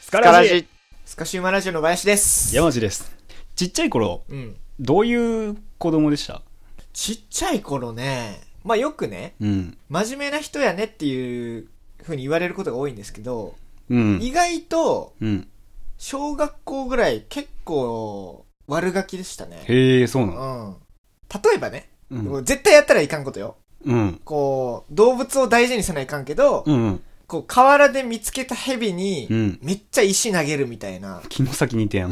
スカラジスカシウマラジオの林です。 山地です。ちっちゃい頃、どういう子供でした？ ちっちゃい頃ね、まあよくね、真面目な人やねっていう風に言われることが多いんですけど、意外と、小学校ぐらい結構悪ガキでしたね。 へえ、そうなの？ 例えばね、絶対やったらいかんことよ。こう、動物を大事にせないかんけど、こう、河原で見つけた蛇に、めっちゃ石投げるみたいな。 木の先にいてやん。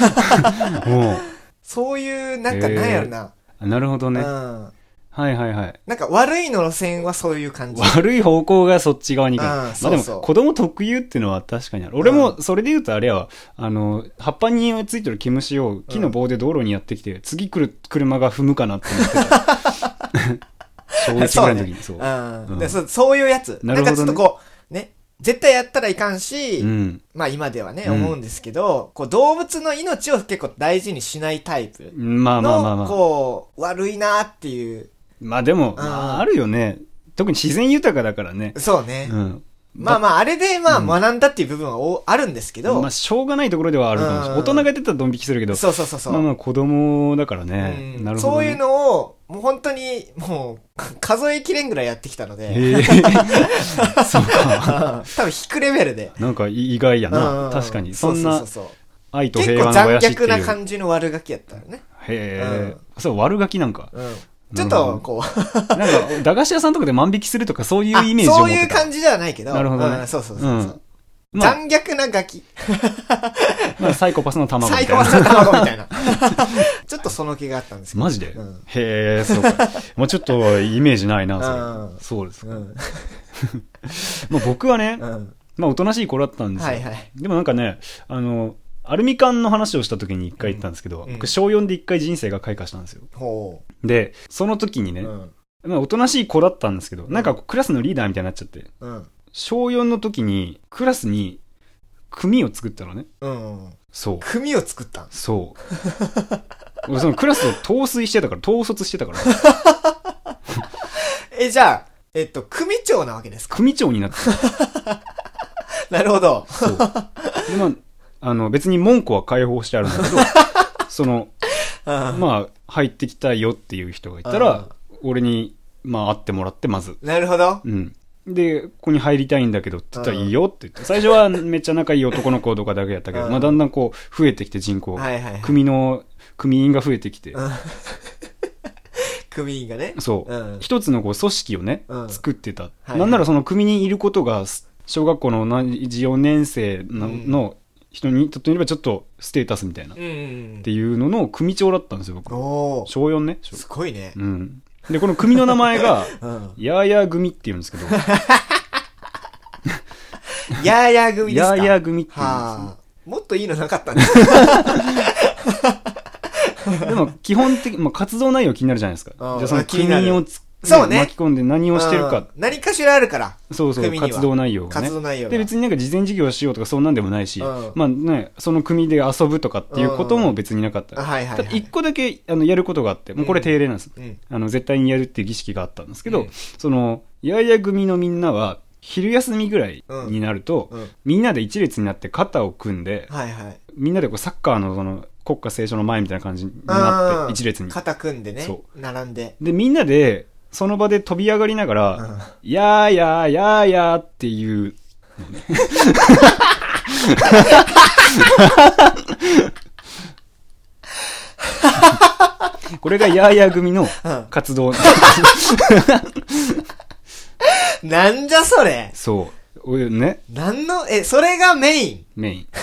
そういう、なんかなんやろな。 なるほどね。はいはいはい。 なんか悪いの路線はそういう感じ。 悪い方向がそっち側に行く。まあでも、子供特有っていうのは確かにある。俺も、それで言うとあれやわ、葉っぱについてる毛虫を木の棒で道路にやってきて、次来る車が踏むかなって思ってた。小1ぐらいの時に。 そういうやつ。なんかちょっとこう、ね、絶対やったらいかんし、まあ今ではね、思うんですけど、こう動物の命を結構大事にしないタイプの、こう、悪いなっていう。 まあでも、あるよね。特に自然豊かだからね。 そうね。まあまあ、あれでまあ学んだっていう部分はあるんですけど。 まあ、しょうがないところではあるかもしれない。大人がやってたらドン引きするけど。 そう。 まあまあ、子供だからね。なるほど。 そういうのを、もう本当に、もう、数えきれんぐらいやってきたので。 そうか。 多分、引くレベルで。 なんか意外やな。確かに。そんな、愛と平和の親しっていう。 結構残虐な感じの悪ガキやったよね。 へえ。そう、悪ガキなんか。 ちょっと、こう。 なんか、駄菓子屋さんとかで万引きするとかそういうイメージを持ってた。 そういう感じではないけど。 なるほどね。 そう。残虐なガキ。 サイコパスの卵みたいな。 サイコパスの卵みたいな。ちょっとその気があったんですけど。 マジで？へえ、そうか。もうちょっとイメージないな、そうですか。まあ僕はね、まあおとなしい子だったんですよ。でもなんかね、アルミ缶の話をした時に一回言ったんですけど、僕小4で一回人生が開花したんですよ。で、その時にね、まあおとなしい子だったんですけど、なんかクラスのリーダーみたいになっちゃって、小4の時にクラスに組を作ったのね。そう。 組を作ったん？ そう。俺そのクラスを統率してたから。 じゃあ、組長なわけですか？ 組長になって。 なるほど。 そう。でまあ、別に門戸は開放してあるんだけど、まあ、入ってきたいよっていう人がいたら、俺に、まあ、会ってもらって、まず。 なるほど。 で、ここに入りたいんだけどって言ったらいいよって言って、最初はめっちゃ仲いい男の子とかだけやったけど、まあだんだんこう、増えてきて人口。組員が増えてきて。 組員がね。 そう。一つのこう組織をね、作ってた。なんならその組にいることが、小学校の同じ4年生の人にとってみればちょっとステータスみたいな。っていうのの組長だったんですよ、僕。小4ね。 すごいね。 で、この組の名前が、ヤーヤー組って言うんですけど。 ヤーヤー組ですか？ ヤーヤー組って言うんですね。 もっといいのなかったんですでも、基本的に、まあ、活動内容気になるじゃないですか。じゃあその組員を巻き込んで何をしてるか。 何かしらあるから。 そう、活動内容がね。で、別になんか事前授業しようとかそんなんでもないし、まあね、その組で遊ぶとかっていうことも別になかった。ただ一個だけやることがあって、もうこれ定例なんです。絶対にやるっていう儀式があったんですけど、その、ヤーヤー組のみんなは、昼休みぐらいになると、みんなで一列になって肩を組んで、みんなでこうサッカーのその国歌斉唱の前みたいな感じになって、一列に。 肩組んでね。並んで。 で、みんなで、その場で飛び上がりながら、やーやーやーやーっていう、これがヤーヤー組の活動。 なんじゃそれ。 そう。ね。 それがメイン。 メイン。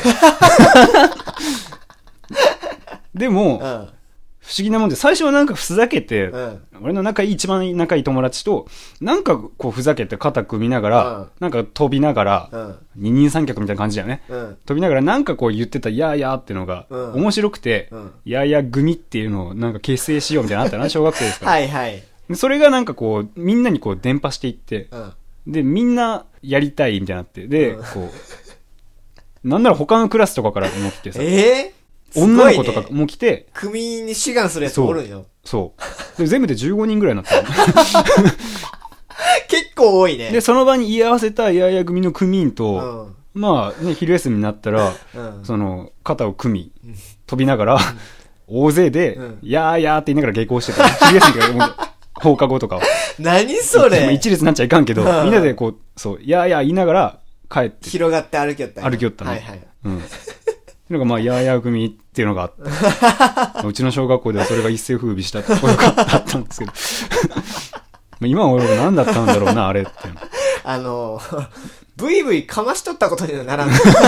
でも、不思議なもんで、最初はなんかふざけて、俺の一番仲いい友達と、なんかこうふざけて肩組みながら、なんか飛びながら、二人三脚みたいな感じだよね。飛びながらなんかこう言ってたやーやーってのが、面白くて、やーやー組っていうのをなんか結成しようみたいなのあったな、小学生ですから。それがなんかこう、みんなにこう伝播していって、で、みんなやりたいみたいになって、で、こう、なんなら他のクラスとかからも来てさ、女の子とかも来て、 組に志願するやつおるんよ。 そう。で全部で15人ぐらいになったの。 結構多いね。 で、その場に居合わせたヤーヤー組の組員と、 まあね、昼休みになったら、その、肩を組み、飛びながら、大勢で、やーやーって言いながら下校してた。昼休みから放課後とかは。 何それ一列になっちゃいかんけど、みんなでこう、そう、やーやー言いながら帰って。 広がって歩きよった歩きよったね。はいはい。うん。なんかまあ、やーやー組っていうのがあった。うちの小学校ではそれが一世風靡したところがあったんですけど。今は俺は何だったんだろうな、あれって。 ブイブイかましとったことにはならん。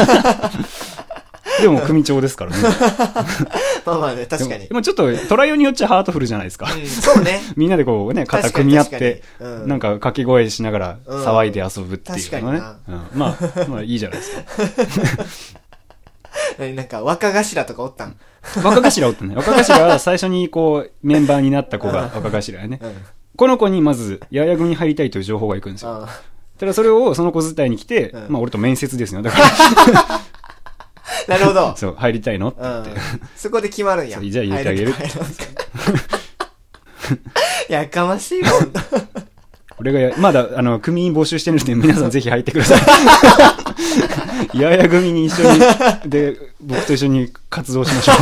でも組長ですからね。 まあまあね、確かに。 でもちょっとトライオによっちゃハートフルじゃないですか。 そうね。 みんなでこうね、肩組み合って、なんか掛け声しながら騒いで遊ぶっていうのね。まあいいじゃないですか。 なんか若頭とかおったん？ 若頭おったね。若頭は最初にこうメンバーになった子が若頭やね。この子にまずやや組に入りたいという情報が行くんですよ。ただそれをその子伝いに来て、まあ俺と面接ですよ。だから。 なるほど。 そう、入りたいのって言って。 そこで決まるんや。 じゃあ入れてあげる。 やかましいもん。 俺がまだ、組員募集してるので、皆さんぜひ入ってください。やや組に一緒に、で、僕と一緒に活動しましょ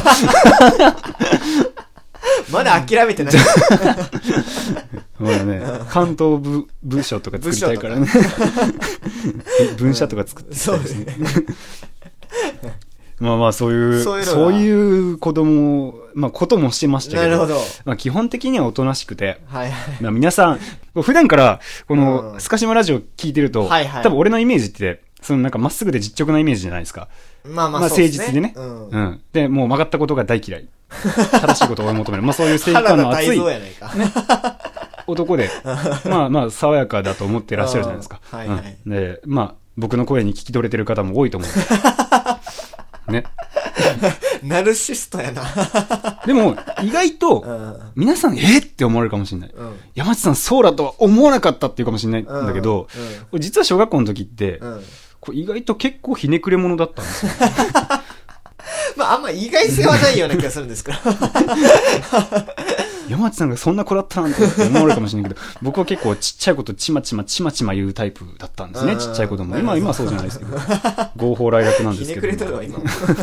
う。まだ諦めてない。 まだね、関東部署とか作りたいからね。文社とか作ってたいですね。まあまあそういう子供、まあこともしてましたけど。 なるほど。 まあ基本的にはおとなしくて。 はいはい。 まあ皆さん、普段からこのスカシマラジオ聞いてると、多分俺のイメージって、そのなんかまっすぐで実直なイメージじゃないですか。 まあ誠実でね。うん。で、もう曲がったことが大嫌い。正しいことを追い求める。まあそういう正義感の熱い。男で、まあまあ爽やかだと思ってらっしゃるじゃないですか。はいはい。で、まあ僕の声に聞き取れてる方も多いと思う。ね。 ナルシストやな。 でも、意外と、皆さん、って思われるかもしれない。山内さん、そうだとは思わなかったっていうかもしれないんだけど、実は小学校の時って、意外と結構ひねくれ者だったんですよ。 まあ、あんま意外性はないような気がするんですけど。 山内さんがそんな子だったなんて思われるかもしれないけど、僕は結構ちっちゃいことちまちま言うタイプだったんですね、ちっちゃいことも。今はそうじゃないですけど。合法来楽なんですけど。 ひねくれとるわ、今。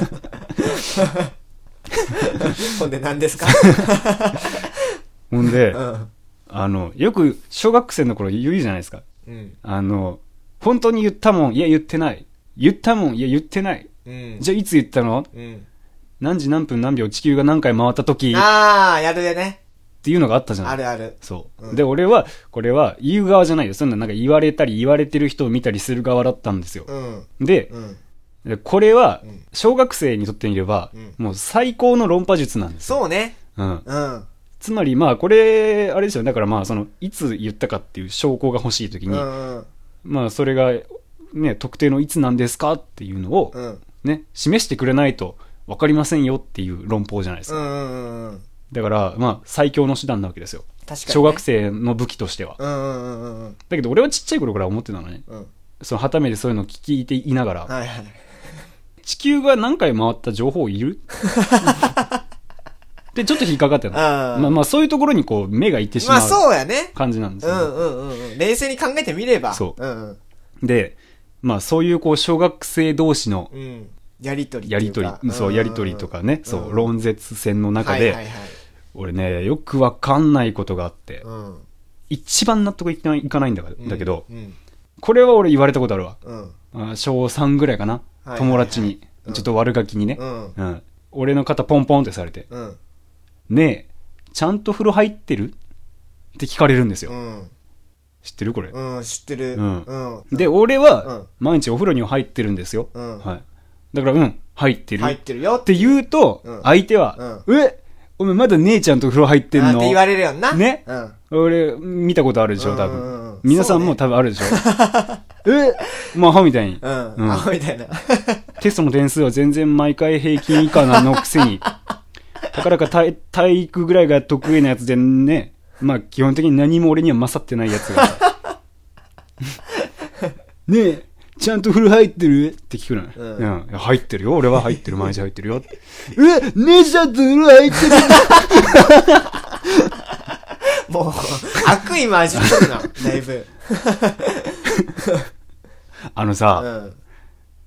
ほんで何ですか？ ほんで、よく小学生の頃言うじゃないですか。本当に言ったもん、いや言ってない。言ったもん、いや言ってない。じゃあいつ言ったの？何時何分何秒地球が何回回った時。 やるね。 っていうのがあったじゃない。 あるある。 そう。で、俺は、これは言う側じゃないよ。そんななんか言われたり言われてる人を見たりする側だったんですよ。で、これは、小学生にとってみれば、もう最高の論破術なんですよ。 そうね。 つまり、まあ、これ、あれですよ。だからまあ、いつ言ったかっていう証拠が欲しいときに、まあ、それが、ね、特定のいつなんですかっていうのを、ね、示してくれないと分かりませんよっていう論法じゃないですか。だから、まあ、最強の手段なわけですよ。確かにね。小学生の武器としては。だけど、俺はちっちゃい頃から思ってたのね。その、はためでそういうのを聞いていながら、地球が何回回った情報いるで、ちょっと引っかかってた。まあ、そういうところにこう、目がいってしまう。 まあ、そうやね。 感じなんですよ。 冷静に考えてみれば。 そう。で、まあ、そういうこう、小学生同士の、 やりとりとかね、そう、論説戦の中で、俺ね、よくわかんないことがあって、一番納得いかないんだけど、これは俺言われたことあるわ。小3ぐらいかな。友達に、ちょっと悪ガキにね、俺の肩ポンポンってされて、ねえ、ちゃんと風呂入ってるって聞かれるんですよ。知ってるこれ。 知ってる。 で、俺は、毎日お風呂には入ってるんですよ。はい。だから、入ってる。 入ってるよって言うと、相手は、お前まだ姉ちゃんと風呂入ってんのって言われるよな。 ね。俺、見たことあるでしょ、多分。皆さんも多分あるでしょ。まあ、アホみたいに。 アホみたいな。 テストの点数は全然毎回平均以下なのくせに、たかだか体育ぐらいが得意なやつでね、まあ、基本的に何も俺には勝ってないやつが。ねえ、ちゃんと風呂入ってるって聞くの。入ってるよ。俺は入ってる。毎日入ってるよ。姉ちゃんと風呂入ってる。 もう、悪意混じっとるな、だいぶ。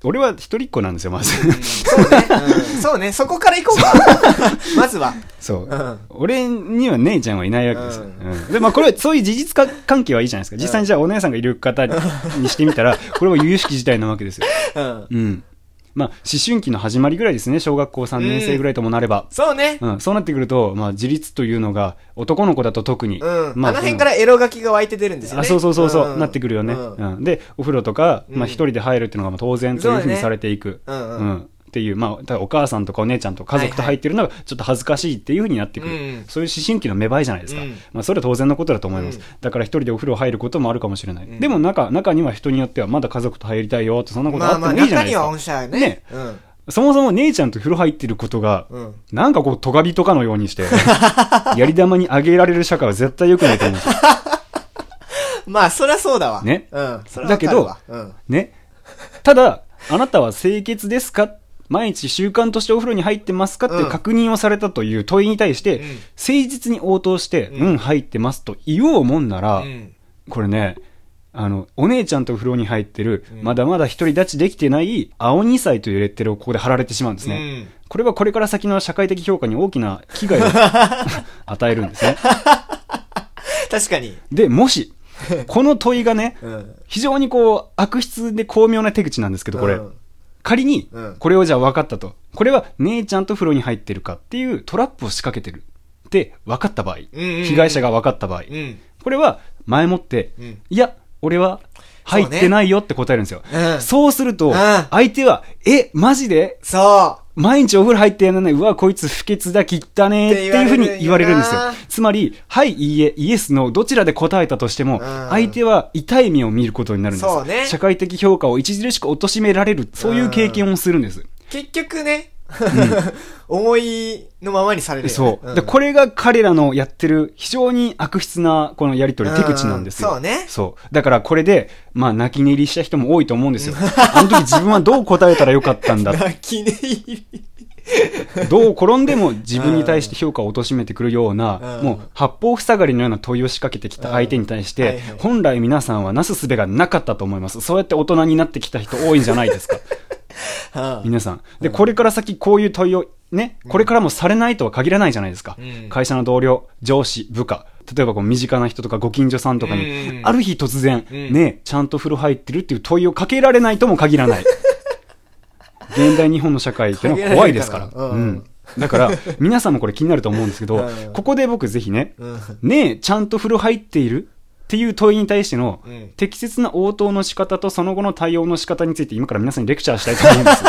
俺は一人っ子なんですよ、まず。 そうね。そうね。そこから行こうか。まずは。 そう。俺には姉ちゃんはいないわけですよ。で、まあこれ、そういう事実関係はいいじゃないですか。実際にじゃあお姉さんがいる方にしてみたら、これは由々しき事態なわけですよ。まあ、思春期の始まりぐらいですね。小学校3年生ぐらいともなれば。 そうね。 そうなってくると、まあ、自立というのが、男の子だと特に。 まあ、あの辺からエロ書きが湧いて出るんですよね。 そう、なってくるよね。で、お風呂とか、まあ、一人で入るっていうのが当然というふうにされていく。っていう、まあ、お母さんとかお姉ちゃんとか家族と入ってるのがちょっと恥ずかしいっていう風になってくる。そういう思春期の芽生えじゃないですか。まあ、それは当然のことだと思います。だから一人でお風呂入ることもあるかもしれない。でも中には人によってはまだ家族と入りたいよってそんなことあってもいいじゃないですか。 中にはおんしゃね。 そもそも姉ちゃんと風呂入ってることが、なんかこう、トガビとかのようにして、やり玉にあげられる社会は絶対良くないと思うんですよ。 まあ、そりゃそうだわ。 ね。だけど、ね。ただ、あなたは清潔ですか？毎日習慣としてお風呂に入ってますかっていう確認をされたという問いに対して、誠実に応答して、入ってますと言おうもんなら、これね、お姉ちゃんと風呂に入ってる、まだまだ独り立ちできてない青2歳というレッテルをここで貼られてしまうんですね。これはこれから先の社会的評価に大きな危害を与えるんですね。 確かに。 で、もし、この問いがね、非常にこう、悪質で巧妙な手口なんですけど、これ。仮に、これをじゃあ分かったと。これは姉ちゃんと風呂に入ってるかっていうトラップを仕掛けてるって分かった場合、被害者が分かった場合、これは前もって、いや、俺は入ってないよって答えるんですよ。そうすると、相手は、マジで？毎日お風呂入ってやらない。うわ、こいつ不潔だ、汚ねっていうふうに言われるんですよ。つまり、はい、いいえ、イエスのどちらで答えたとしても、相手は痛い目を見ることになるんです。社会的評価を著しく貶められる、そういう経験をするんです。 結局ね、思いのままにされるよね。 そう。で、これが彼らのやってる非常に悪質なこのやりとり、手口なんですよ。 そうね。 そう。だからこれで、まあ泣き寝入りした人も多いと思うんですよ。あの時自分はどう答えたらよかったんだ。 泣き寝入り。 どう転んでも自分に対して評価を貶めてくるような、もう八方塞がりのような問いを仕掛けてきた相手に対して、本来皆さんはなすすべがなかったと思います。そうやって大人になってきた人多いんじゃないですか。皆さん。で、これから先こういう問いをね、これからもされないとは限らないじゃないですか。会社の同僚、上司、部下、例えばこう身近な人とかご近所さんとかに、ある日突然、ね、ちゃんと風呂入ってるっていう問いをかけられないとも限らない。現代日本の社会っていうのは怖いですから。だから、皆さんもこれ気になると思うんですけど、ここで僕ぜひね、ねえ、ちゃんと風呂入っているっていう問いに対しての適切な応答の仕方とその後の対応の仕方について今から皆さんにレクチャーしたいと思うんです。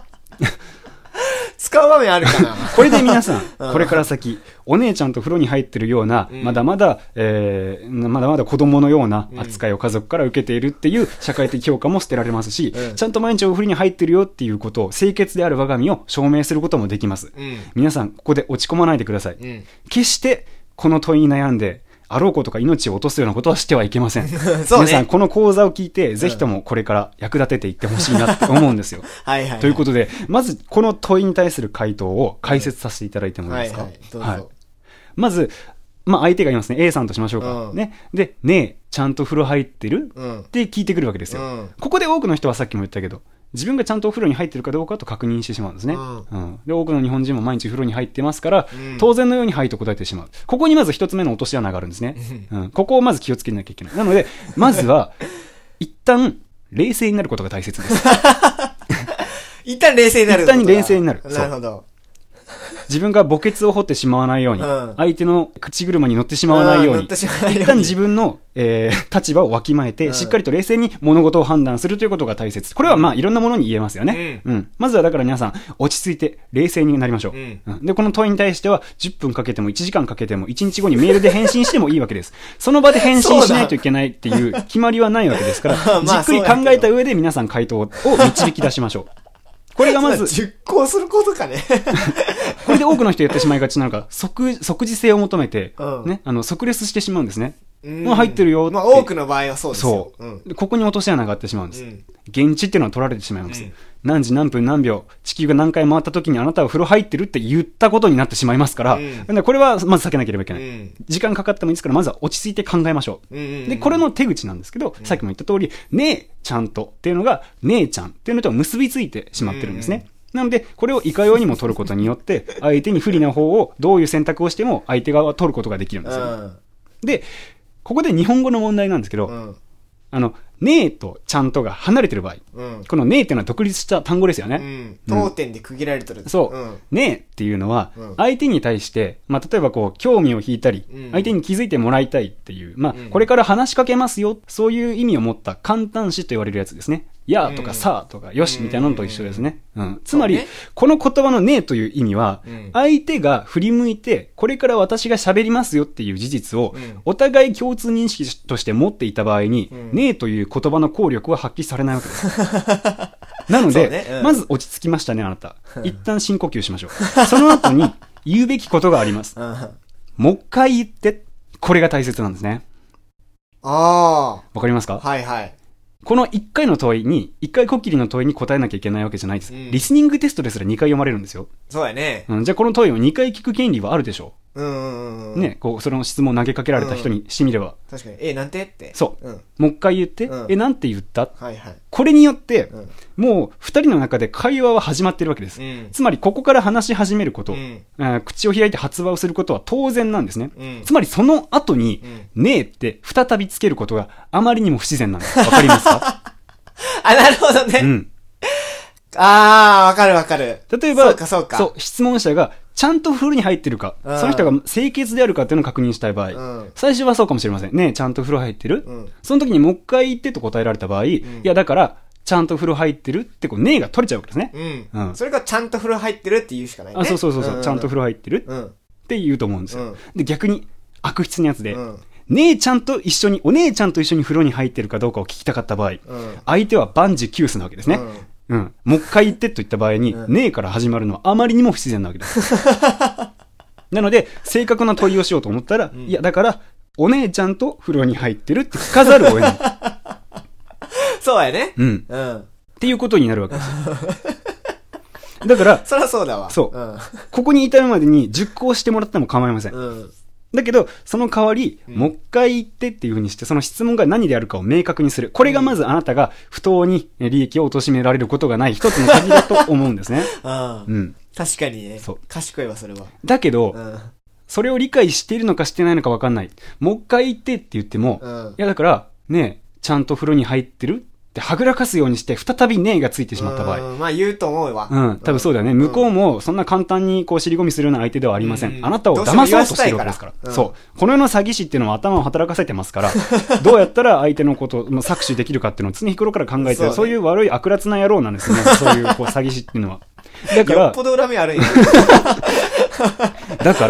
使う場面あるかな。 これで皆さん、これから先、お姉ちゃんと風呂に入ってるような、まだまだ子供のような扱いを家族から受けているっていう社会的評価も捨てられますし、ちゃんと毎日お風呂に入ってるよっていうことを、清潔である我が身を証明することもできます。皆さん、ここで落ち込まないでください。決して、この問いに悩んで、あろうことか命を落とすようなことはしてはいけません。皆さん、この講座を聞いて、ぜひともこれから役立てていってほしいなって思うんですよ。ということで、まず、この問いに対する回答を解説させていただいてもいいですか？まず、まあ、相手がいますね。A さんとしましょうか。ね。で、ねえ、ちゃんと風呂入ってるって聞いてくるわけですよ。ここで多くの人はさっきも言ったけど、自分がちゃんとお風呂に入ってるかどうかと確認してしまうんですね。で、多くの日本人も毎日風呂に入ってますから、当然のようにはいと答えてしまう。ここにまず一つ目の落とし穴があるんですね。ここをまず気をつけなきゃいけない。なので、まずは、一旦、冷静になることが大切です。 一旦冷静になる。 一旦冷静になる。 なるほど。 自分が墓穴を掘ってしまわないように、相手の口車に乗ってしまわないように、一旦自分の、立場をわきまえて、しっかりと冷静に物事を判断するということが大切。これはまあいろんなものに言えますよね。まずはだから皆さん、落ち着いて冷静になりましょう。で、この問いに対しては、10分かけても1時間かけても1日後にメールで返信してもいいわけです。その場で返信しないといけないっていう決まりはないわけですから、じっくり考えた上で皆さん回答を導き出しましょう。これがまず。 実行することかね。 これで多くの人やってしまいがちなのが、即時性を求めて、ね、即レスしてしまうんですね。 入ってるよって。 まあ多くの場合はそうですよ。 そう。ここに落とし穴があってしまうんです。現地っていうのは取られてしまいます。何時何分何秒、地球が何回回った時にあなたは風呂入ってるって言ったことになってしまいますから、これはまず避けなければいけない。時間かかってもいいですから、まずは落ち着いて考えましょう。で、これの手口なんですけど、さっきも言った通り、ねえ、ちゃんとっていうのが、ねえちゃんっていうのと結びついてしまってるんですね。なので、これをいかようにも取ることによって、相手に不利な方をどういう選択をしても相手側は取ることができるんですよ。で、ここで日本語の問題なんですけど、ねえとちゃんとが離れてる場合、このねえっていうのは独立した単語ですよね。 当点で区切られてる。 そう。ねえっていうのは、相手に対して、まあ、例えばこう、興味を引いたり、相手に気づいてもらいたいっていう、まあ、これから話しかけますよ、そういう意味を持った簡単詞と言われるやつですね。やとかさとかよしみたいなのと一緒ですね。つまり、この言葉のねえという意味は、相手が振り向いて、これから私が喋りますよっていう事実を、お互い共通認識として持っていた場合に、ねえという言葉の効力は発揮されないわけです。なので、まず落ち着きましたね、あなた。一旦深呼吸しましょう。その後に言うべきことがあります。もう一回言って、これが大切なんですね。わかりますか？ はいはい。 この1回の問いに、1回こっきりの問いに答えなきゃいけないわけじゃないです。リスニングテストですら2回読まれるんですよ。 そうやね。 じゃあこの問いを2回聞く権利はあるでしょう。ね、こう、その質問を投げかけられた人にしてみれば。 確かに。なんてって。 そう。もう一回言って、なんて言った？ はいはい。 これによって、もう二人の中で会話は始まってるわけです。つまり、ここから話し始めること、口を開いて発話をすることは当然なんですね。つまり、その後に、ねえって再びつけることがあまりにも不自然なんです。わかりますか？ なるほどね。わかるわかる。 例えば、 そうか。 質問者が、ちゃんと風呂に入ってるか、その人が清潔であるかっていうのを確認したい場合、最初はそうかもしれません。ねえ、ちゃんと風呂入ってる？その時にもう一回言ってと答えられた場合、いや、だから、ちゃんと風呂入ってるってこう、ねえが取れちゃうわけですね。 それがちゃんと風呂入ってるって言うしかないね。 そう、ちゃんと風呂入ってるって言うと思うんですよ。で、逆に、悪質なやつで、姉ちゃんと一緒に、お姉ちゃんと一緒に風呂に入ってるかどうかを聞きたかった場合、相手は万事休すなわけですね。もう一回言ってと言った場合に、ねえから始まるのはあまりにも不自然なわけです。なので、正確な問いをしようと思ったら、いや、だから、お姉ちゃんと風呂に入ってるって聞かざるを得ない。 そうやね。 っていうことになるわけですよ。だから、 そりゃそうだわ。 そう。ここに至るまでに熟考してもらっても構いません。だけど、その代わり、もう一回言ってっていう風にして、その質問が何であるかを明確にする。これがまずあなたが不当に利益を貶められることがない一つの鍵だと思うんですね。 確かにね。賢いわ、それは。 だけど、それを理解しているのかしてないのか分かんない。もう一回言ってって言っても、いやだから、ねえ、ちゃんと風呂に入ってるってはぐらかすようにして再びねえがついてしまった場合。 まあ言うと思うわ。 多分そうだよね。向こうもそんな簡単にこう尻込みするような相手ではありません。あなたを騙そうとしてるわけですから。そう。この世の詐欺師っていうのは頭を働かせてますから、どうやったら相手のことを搾取できるかっていうのを常日頃から考えてる、そういう悪い悪辣な野郎なんですね。そういうこう詐欺師っていうのは。だから。 よっぽど恨みあるんや。 だから、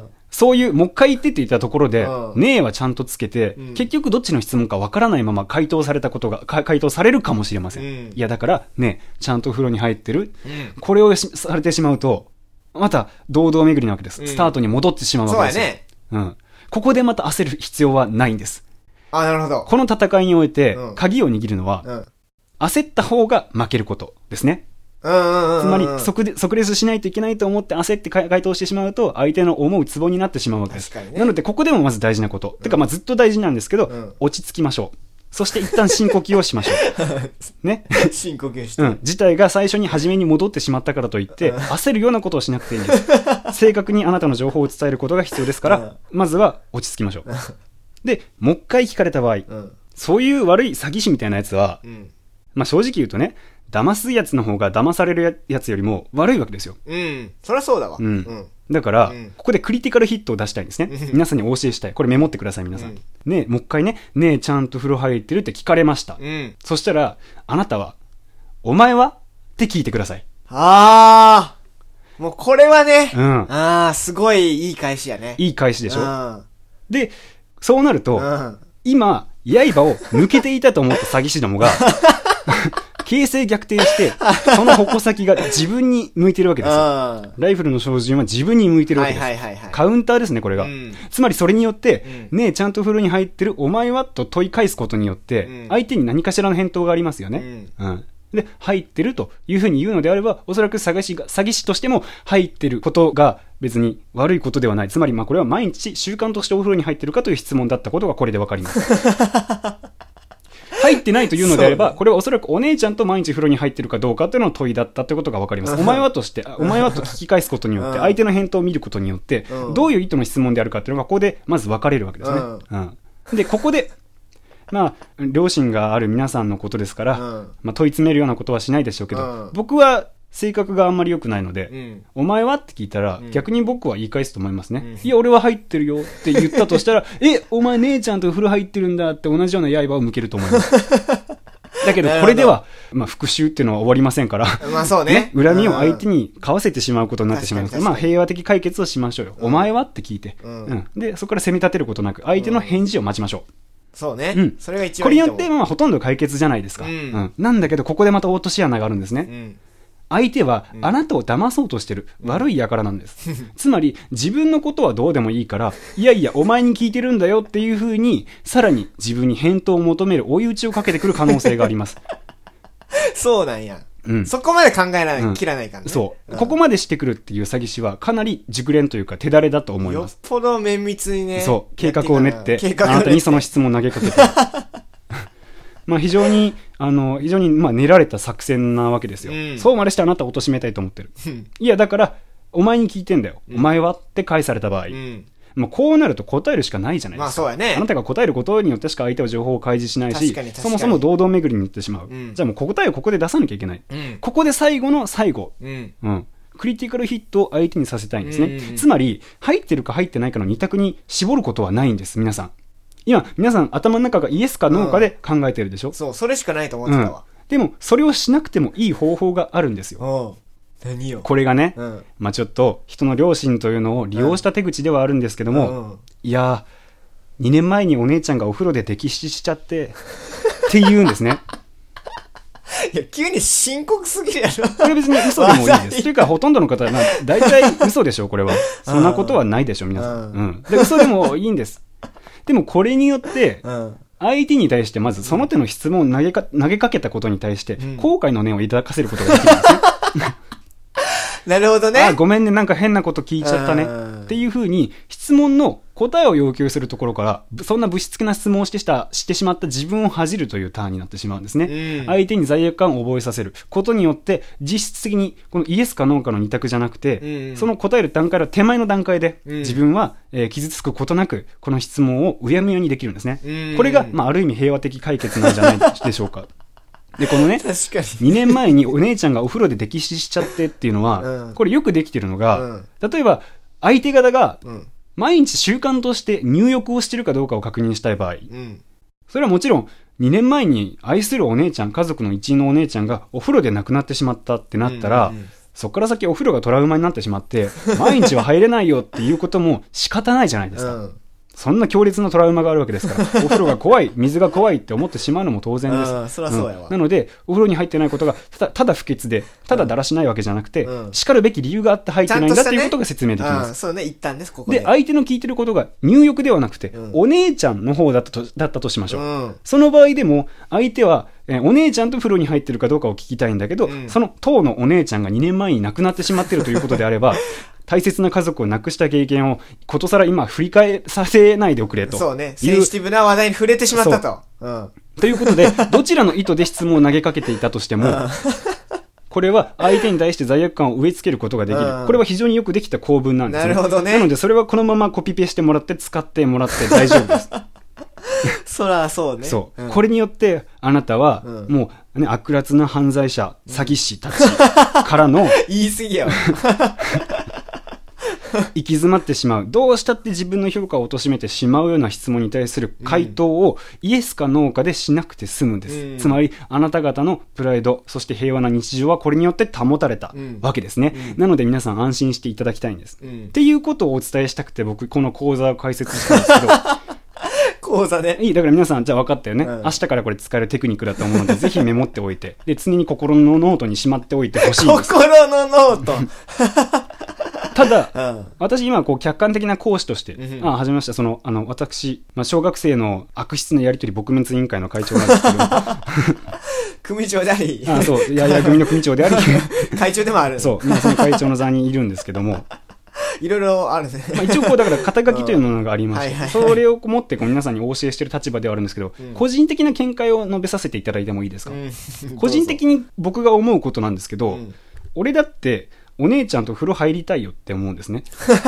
そういう、もう一回言ってって言ったところで、ねえはちゃんとつけて、結局どっちの質問かわからないまま回答されたことが、回答されるかもしれません。いやだから、ねえ、ちゃんと風呂に入ってる？これをされてしまうと、また、堂々巡りなわけです。スタートに戻ってしまうわけですよ。そうやね。ここでまた焦る必要はないんです。 なるほど。 この戦いにおいて、鍵を握るのは、焦った方が負けることですね。つまり即レスしないといけないと思って焦って回答してしまうと相手の思うツボになってしまうわけです。なのでここでもまず大事なこと。てかまあずっと大事なんですけど、落ち着きましょう。そして一旦深呼吸をしましょう。ね。 深呼吸して。 事態が最初に初めに戻ってしまったからといって焦るようなことをしなくていいんです。正確にあなたの情報を伝えることが必要ですから、まずは落ち着きましょう。で、もう一回聞かれた場合、そういう悪い詐欺師みたいなやつは、まあ正直言うとね、騙すやつの方が騙されるやつよりも悪いわけですよ。 そりゃそうだわ。 だから、ここでクリティカルヒットを出したいんですね。皆さんにお教えしたい。これメモってください、皆さん。ねえ、もう一回ね、ねえ、ちゃんと風呂入ってるって聞かれました。そしたら、あなたは、お前はって聞いてください。 もうこれはね、すごいいい返しやね。 いい返しでしょ。で、そうなると、今、刃を抜けていたと思った詐欺師どもが、 形勢逆転して、その矛先が自分に向いてるわけですよ。ライフルの照準は自分に向いてるわけです。カウンターですね、これが。つまりそれによって、ねえ、ちゃんと風呂に入ってるお前はと問い返すことによって、相手に何かしらの返答がありますよね。で、入ってるというふうに言うのであれば、おそらく詐欺師としても入ってることが別に悪いことではない。つまり、これは毎日習慣としてお風呂に入ってるかという質問だったことがこれでわかります。入ってないというのであれば、これはおそらくお姉ちゃんと毎日風呂に入ってるかどうかというのの問いだったということがわかります。お前はと聞き返すことによって、相手の返答を見ることによって、どういう意図の質問であるかというのがここでまず分かれるわけですね。で、ここで、両親がある皆さんのことですから、問い詰めるようなことはしないでしょうけど、僕は性格があんまり良くないので、お前はって聞いたら、逆に僕は言い返すと思いますね。いや、俺は入ってるよって言ったとしたら、お前姉ちゃんと風呂入ってるんだって同じような刃を向けると思います。だけど、これでは、復讐っていうのは終わりませんから、 そうね。 恨みを相手に買わせてしまうことになってしまいます。平和的解決をしましょうよ。お前はって聞いて。で、そこから責め立てることなく、相手の返事を待ちましょう。 そうね。それが一番いいと思う。これによって、ほとんど解決じゃないですか。なんだけど、ここでまた落とし穴があるんですね。相手はあなたを騙そうとしてる、悪い輩なんです。つまり自分のことはどうでもいいから、いやいやお前に聞いてるんだよっていう風に、さらに自分に返答を求める追い打ちをかけてくる可能性があります。 そうなんや。そこまで考え切らないからね。 そう。ここまでしてくるっていう詐欺師はかなり熟練というか手だれだと思います。 よっぽど綿密にね。 そう。計画を練って、あなたにその質問を投げかけて。非常に練られた作戦なわけですよ。そうまでしてあなたを貶めたいと思ってる。いや、だから、お前に聞いてんだよ。お前はって返された場合。こうなると答えるしかないじゃないですか。 そうやね。 あなたが答えることによってしか相手は情報を開示しないし、そもそも堂々巡りになってしまう。じゃあもう答えをここで出さなきゃいけない。ここで最後の最後。クリティカルヒットを相手にさせたいんですね。つまり、入ってるか入ってないかの二択に絞ることはないんです、皆さん。今、皆さん頭の中がイエスかノーかで考えてるでしょ。 そう、それしかないと思ってたわ。 でも、それをしなくてもいい方法があるんですよ。 何よ。 これがね、ちょっと人の良心というのを利用した手口ではあるんですけども、いやー、2年前にお姉ちゃんがお風呂で溺死しちゃって、って言うんですね。 いや、急に深刻すぎるやろ。 これ別に嘘でもいいです。というか、ほとんどの方は、大体嘘でしょ、これは。そんなことはないでしょ、皆さん。で、嘘でもいいんです。でもこれによって、相手に対してまずその手の質問を投げかけたことに対して、後悔の念を抱かせることができるんですね。 なるほどね。 ごめんね、なんか変なこと聞いちゃったね。っていう風に、質問の答えを要求するところから、そんな物質な質問をしてしまった自分を恥じるというターンになってしまうんですね。相手に罪悪感を覚えさせることによって、実質的にこのイエスかノーかの二択じゃなくて、その答える段階の手前の段階で、自分は傷つくことなく、この質問をうやむやにできるんですね。これが、ある意味平和的解決なんじゃないでしょうか。で、このね、2年前にお姉ちゃんがお風呂で溺死しちゃってっていうのは、これよくできてるのが、例えば、相手方が、毎日習慣として入浴をしてるかどうかを確認したい場合、それはもちろん、2年前に愛するお姉ちゃん、家族の一員のお姉ちゃんがお風呂で亡くなってしまったってなったら、そこから先お風呂がトラウマになってしまって、毎日は入れないよっていうことも仕方ないじゃないですか。そんな強烈なトラウマがあるわけですから、お風呂が怖い、水が怖いって思ってしまうのも当然です。 そりゃそうやわ。 なので、お風呂に入ってないことがただ不潔で、ただだらしないわけじゃなくて、叱るべき理由があって入ってないんだっていうことが説明できます。 そうね、一旦です、ここで。 で、相手の聞いてることが入浴ではなくて、お姉ちゃんの方だったとしましょう。その場合でも、相手は、お姉ちゃんと風呂に入ってるかどうかを聞きたいんだけど、その当のお姉ちゃんが2年前に亡くなってしまっているということであれば、大切な家族を亡くした経験をことさら今振り返させないでおくれと。 そうね。センシティブな話題に触れてしまったと。 ということで、どちらの意図で質問を投げかけていたとしても、これは相手に対して罪悪感を植え付けることができる。これは非常によくできた構文なんですね。 なるほどね。 なのでそれはこのままコピペしてもらって使ってもらって大丈夫です。 そらそうね。 そう。これによってあなたはもうね、悪辣な犯罪者、詐欺師たちからの言い過ぎやわ。 行き詰まってしまう。どうしたって自分の評価を貶めてしまうような質問に対する回答をイエスかノーかでしなくて済むんです。つまり、あなた方のプライド、そして平和な日常はこれによって保たれたわけですね。なので皆さん安心していただきたいんです。っていうことをお伝えしたくて僕、この講座を開設したんですけど、 講座ね。 いい、だから皆さん、じゃあ分かったよね。明日からこれ使えるテクニックだと思うので、ぜひメモっておいて、で、常に心のノートにしまっておいてほしいんです。 心のノートただ、私今こう客観的な講師として、始めました。私、小学生の悪質なやり取り撲滅委員会の会長なんですけど、 組長であり、 そう、やや組の組長であり、 会長でもある。 そう、その会長の座にいるんですけども、 いろいろあるね。 一応だから肩書きというものがありまして、それを持って皆さんにお教えしている立場ではあるんですけど、個人的な見解を述べさせていただいてもいいですか？個人的に僕が思うことなんですけど、俺だってお姉ちゃんと風呂入りたいよって思うんですね。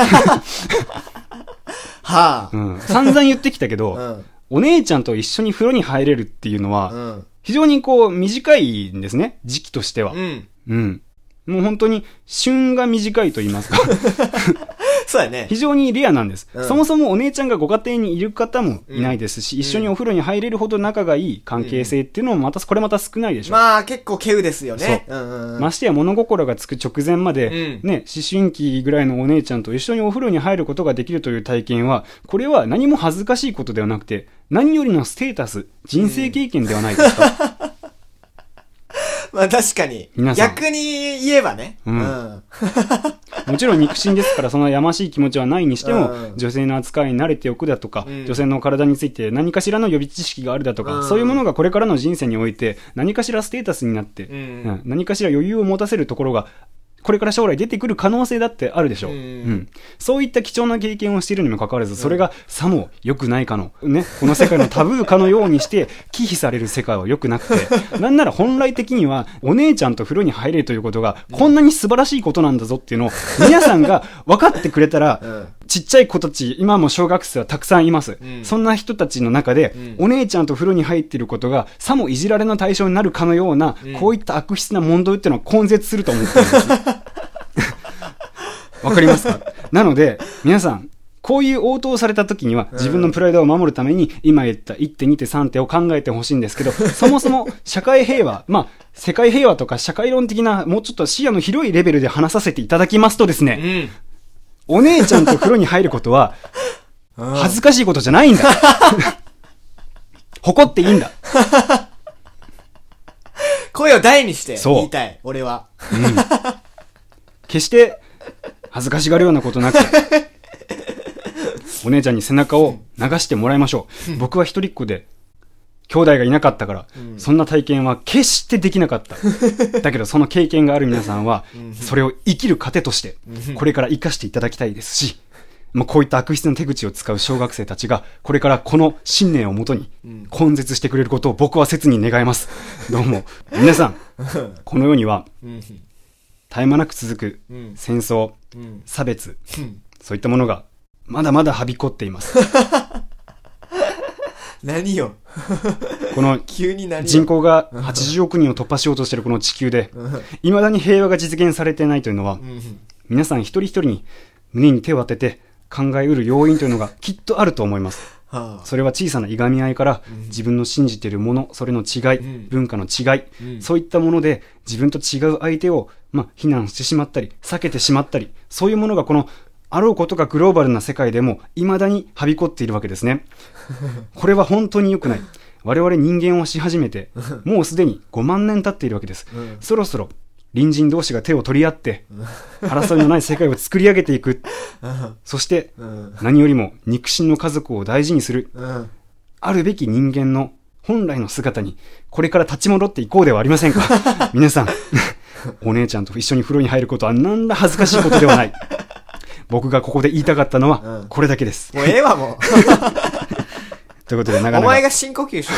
はあ、 散々言ってきたけど、お姉ちゃんと一緒に風呂に入れるっていうのは、非常にこう短いんですね、時期としては。もう本当に旬が短いと言いますか。 そうやね。 非常にレアなんです。そもそもお姉ちゃんがご家庭にいる方もいないですし、一緒にお風呂に入れるほど仲がいい関係性っていうのもこれまた少ないでしょ。 まあ結構稀有ですよね。 ましてや物心がつく直前まで、ね、思春期ぐらいのお姉ちゃんと一緒にお風呂に入ることができるという体験は、これは何も恥ずかしいことではなくて、何よりのステータス、人生経験ではないですか。 まあ確かに。逆に言えばね。 もちろん肉親ですからそのやましい気持ちはないにしても、女性の扱いに慣れておくだとか、女性の体について何かしらの予備知識があるだとか、そういうものがこれからの人生において何かしらステータスになって、何かしら余裕を持たせるところがこれから将来出てくる可能性だってあるでしょう。そういった貴重な経験をしているにもかかわらず、それがさも良くないかの、ね、この世界のタブーかのようにして忌避される世界は良くなくて、なんなら本来的にはお姉ちゃんと風呂に入れるということがこんなに素晴らしいことなんだぞっていうのを皆さんが分かってくれたら、ちっちゃい子たち、今も小学生はたくさんいます。そんな人たちの中で、お姉ちゃんと風呂に入っていることがさもいじられの対象になるかのような、こういった悪質な問答っていうのは根絶すると思ってるんです。わかりますか？なので、皆さん、こういう応答をされた時には、自分のプライドを守るために、今言った1手2手3手を考えてほしいんですけど、そもそも社会平和、世界平和とか社会論的な、もうちょっと視野の広いレベルで話させていただきますとですね、お姉ちゃんと風呂に入ることは、恥ずかしいことじゃないんだ。誇っていいんだ。 声を大にして言いたい、俺は。 決して恥ずかしがるようなことなく、お姉ちゃんに背中を流してもらいましょう。僕は一人っ子で兄弟がいなかったから、そんな体験は決してできなかった。だけどその経験がある皆さんは、それを生きる糧としてこれから生かしていただきたいですし、こういった悪質な手口を使う小学生たちがこれからこの信念をもとに根絶してくれることを僕は切に願います。どうも皆さん、この世には絶え間なく続く戦争、差別、そういったものがまだまだはびこっています。 何よ。 この人口が80億人を突破しようとしているこの地球で、未だに平和が実現されていないというのは、皆さん一人一人に胸に手を当てて考えうる要因というのがきっとあると思います。それは小さないがみ合いから、自分の信じているもの、それの違い、文化の違い、そういったもので自分と違う相手を非難してしまったり避けてしまったり、そういうものがこのあろうことがグローバルな世界でも未だにはびこっているわけですね。これは本当に良くない。我々人間をし始めてもうすでに5万年経っているわけです。そろそろ隣人同士が手を取り合って争いのない世界を作り上げていく。そして何よりも肉親の家族を大事にする、あるべき人間の本来の姿にこれから立ち戻っていこうではありませんか。皆さん、お姉ちゃんと一緒に風呂に入ることは何ら恥ずかしいことではない。僕がここで言いたかったのはこれだけです。 もうええわ、もう。 ということで長々 お前が深呼吸しろ。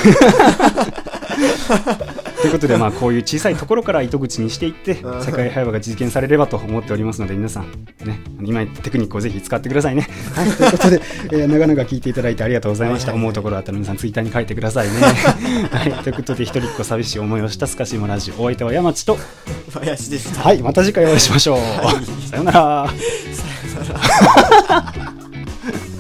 ということで、こういう小さいところから糸口にしていって世界平和が実現されればと思っておりますので、皆さんね、今言ったテクニックをぜひ使ってくださいね。はい、ということで、長々聞いていただいてありがとうございました。思うところあったら皆さんツイッターに書いてくださいね。はい、ということで、一人っ子寂しい思いをしたすかしもラジオ、お相手は山地と林でした。 はい、また次回お会いしましょう。さよなら。 さよなら。